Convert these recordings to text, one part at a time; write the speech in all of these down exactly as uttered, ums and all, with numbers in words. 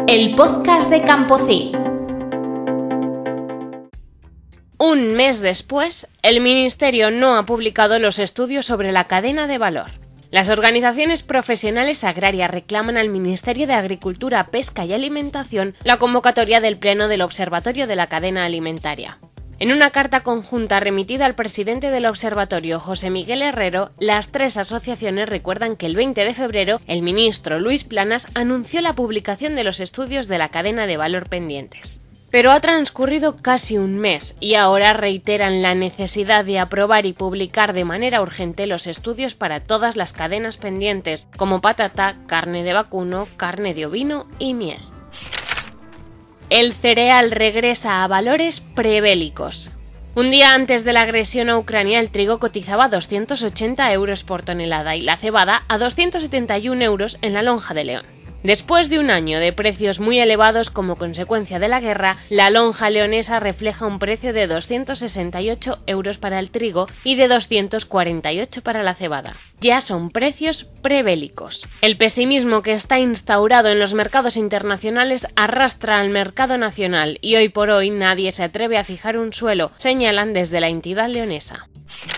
El podcast de Campocil. Un mes después, el Ministerio no ha publicado los estudios sobre la cadena de valor. Las organizaciones profesionales agrarias reclaman al Ministerio de Agricultura, Pesca y Alimentación la convocatoria del Pleno del Observatorio de la Cadena Alimentaria. En una carta conjunta remitida al presidente del observatorio, José Miguel Herrero, las tres asociaciones recuerdan que el veinte de febrero el ministro Luis Planas anunció la publicación de los estudios de la cadena de valor pendientes. Pero ha transcurrido casi un mes y ahora reiteran la necesidad de aprobar y publicar de manera urgente los estudios para todas las cadenas pendientes, como patata, carne de vacuno, carne de ovino y miel. El cereal regresa a valores prebélicos. Un día antes de la agresión a Ucrania, el trigo cotizaba a doscientos ochenta euros por tonelada y la cebada a doscientos setenta y un euros en la lonja de León. Después de un año de precios muy elevados como consecuencia de la guerra, la lonja leonesa refleja un precio de doscientos sesenta y ocho euros para el trigo y de doscientos cuarenta y ocho para la cebada. Ya son precios prebélicos. El pesimismo que está instaurado en los mercados internacionales arrastra al mercado nacional y hoy por hoy nadie se atreve a fijar un suelo, señalan desde la entidad leonesa.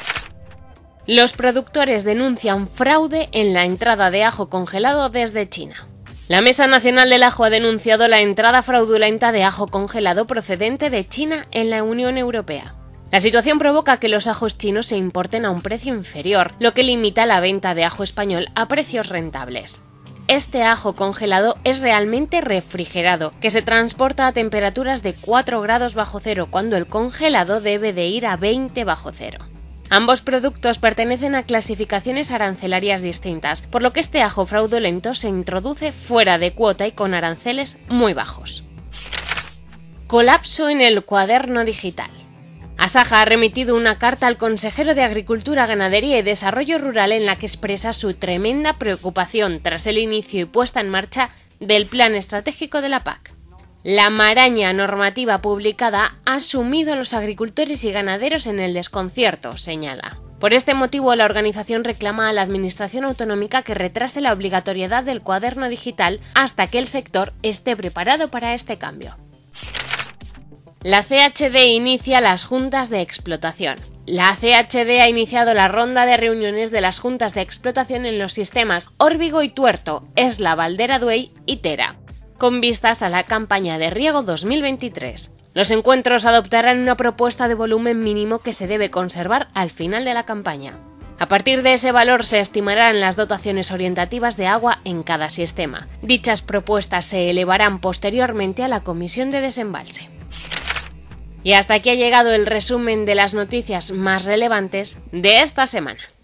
Los productores denuncian fraude en la entrada de ajo congelado desde China. La Mesa Nacional del Ajo ha denunciado la entrada fraudulenta de ajo congelado procedente de China en la Unión Europea. La situación provoca que los ajos chinos se importen a un precio inferior, lo que limita la venta de ajo español a precios rentables. Este ajo congelado es realmente refrigerado, que se transporta a temperaturas de cuatro grados bajo cero, cuando el congelado debe de ir a veinte bajo cero. Ambos productos pertenecen a clasificaciones arancelarias distintas, por lo que este ajo fraudulento se introduce fuera de cuota y con aranceles muy bajos. Colapso en el cuaderno digital. Asaja ha remitido una carta al consejero de Agricultura, Ganadería y Desarrollo Rural en la que expresa su tremenda preocupación tras el inicio y puesta en marcha del Plan Estratégico de la P A C. La maraña normativa publicada ha sumido a los agricultores y ganaderos en el desconcierto, señala. Por este motivo, la organización reclama a la Administración Autonómica que retrase la obligatoriedad del cuaderno digital hasta que el sector esté preparado para este cambio. La C H D inicia las juntas de explotación. La C H D ha iniciado la ronda de reuniones de las juntas de explotación en los sistemas Órbigo y Tuerto, Esla, Valdera Duey y Tera, con vistas a la campaña de riego dos mil veintitrés. Los encuentros adoptarán una propuesta de volumen mínimo que se debe conservar al final de la campaña. A partir de ese valor se estimarán las dotaciones orientativas de agua en cada sistema. Dichas propuestas se elevarán posteriormente a la Comisión de Desembalse. Y hasta aquí ha llegado el resumen de las noticias más relevantes de esta semana.